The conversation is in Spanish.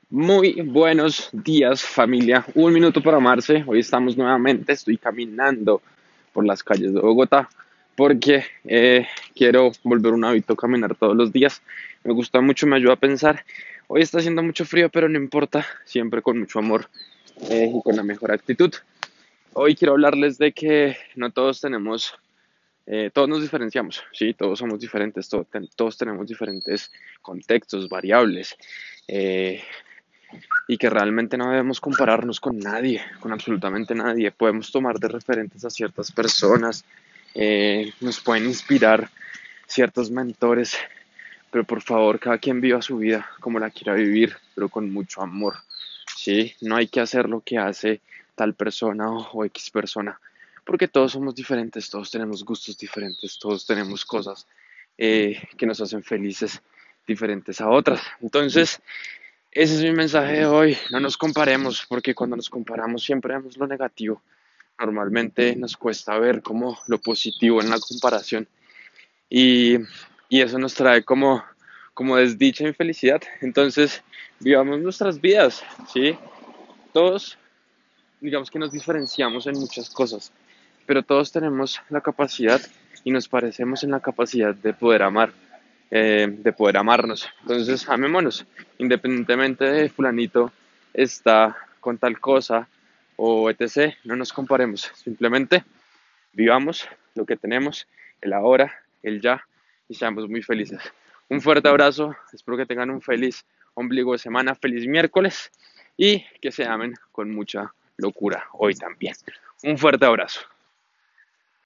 Muy buenos días, familia. Un minuto para amarse. Hoy estamos nuevamente. Estoy caminando por las calles de Bogotá porque quiero volver un hábito caminar todos los días. Me gusta mucho, me ayuda a pensar. Hoy está haciendo mucho frío, pero no importa. Siempre con mucho amor y con la mejor actitud. Hoy quiero hablarles de que no todos tenemos, todos nos diferenciamos, ¿sí? Todos somos diferentes, todos tenemos diferentes contextos, variables. Eh, y que realmente no debemos compararnos con nadie, con absolutamente nadie. Podemos tomar de referentes a ciertas personas, nos pueden inspirar ciertos mentores, pero por favor, cada quien viva su vida como la quiera vivir, pero con mucho amor. ¿Sí? No hay que hacer lo que hace tal persona o X persona, porque todos somos diferentes, todos tenemos gustos diferentes, todos tenemos cosas que nos hacen felices diferentes a otras. Entonces, ese es mi mensaje de hoy. No nos comparemos, porque cuando nos comparamos siempre vemos lo negativo. Normalmente nos cuesta ver como lo positivo en la comparación y, y eso nos trae como desdicha e infelicidad. Entonces, vivamos nuestras vidas, ¿sí? Todos, digamos que nos diferenciamos en muchas cosas, pero todos tenemos la capacidad y nos parecemos en la capacidad de poder amar, de poder amarnos. Entonces, amémonos, independientemente de fulanito está con tal cosa o etc. No nos comparemos, simplemente vivamos lo que tenemos, el ahora, el ya, y seamos muy felices. Un fuerte abrazo, espero que tengan un feliz ombligo de semana, feliz miércoles y que se amen con mucha locura hoy también. Un fuerte abrazo.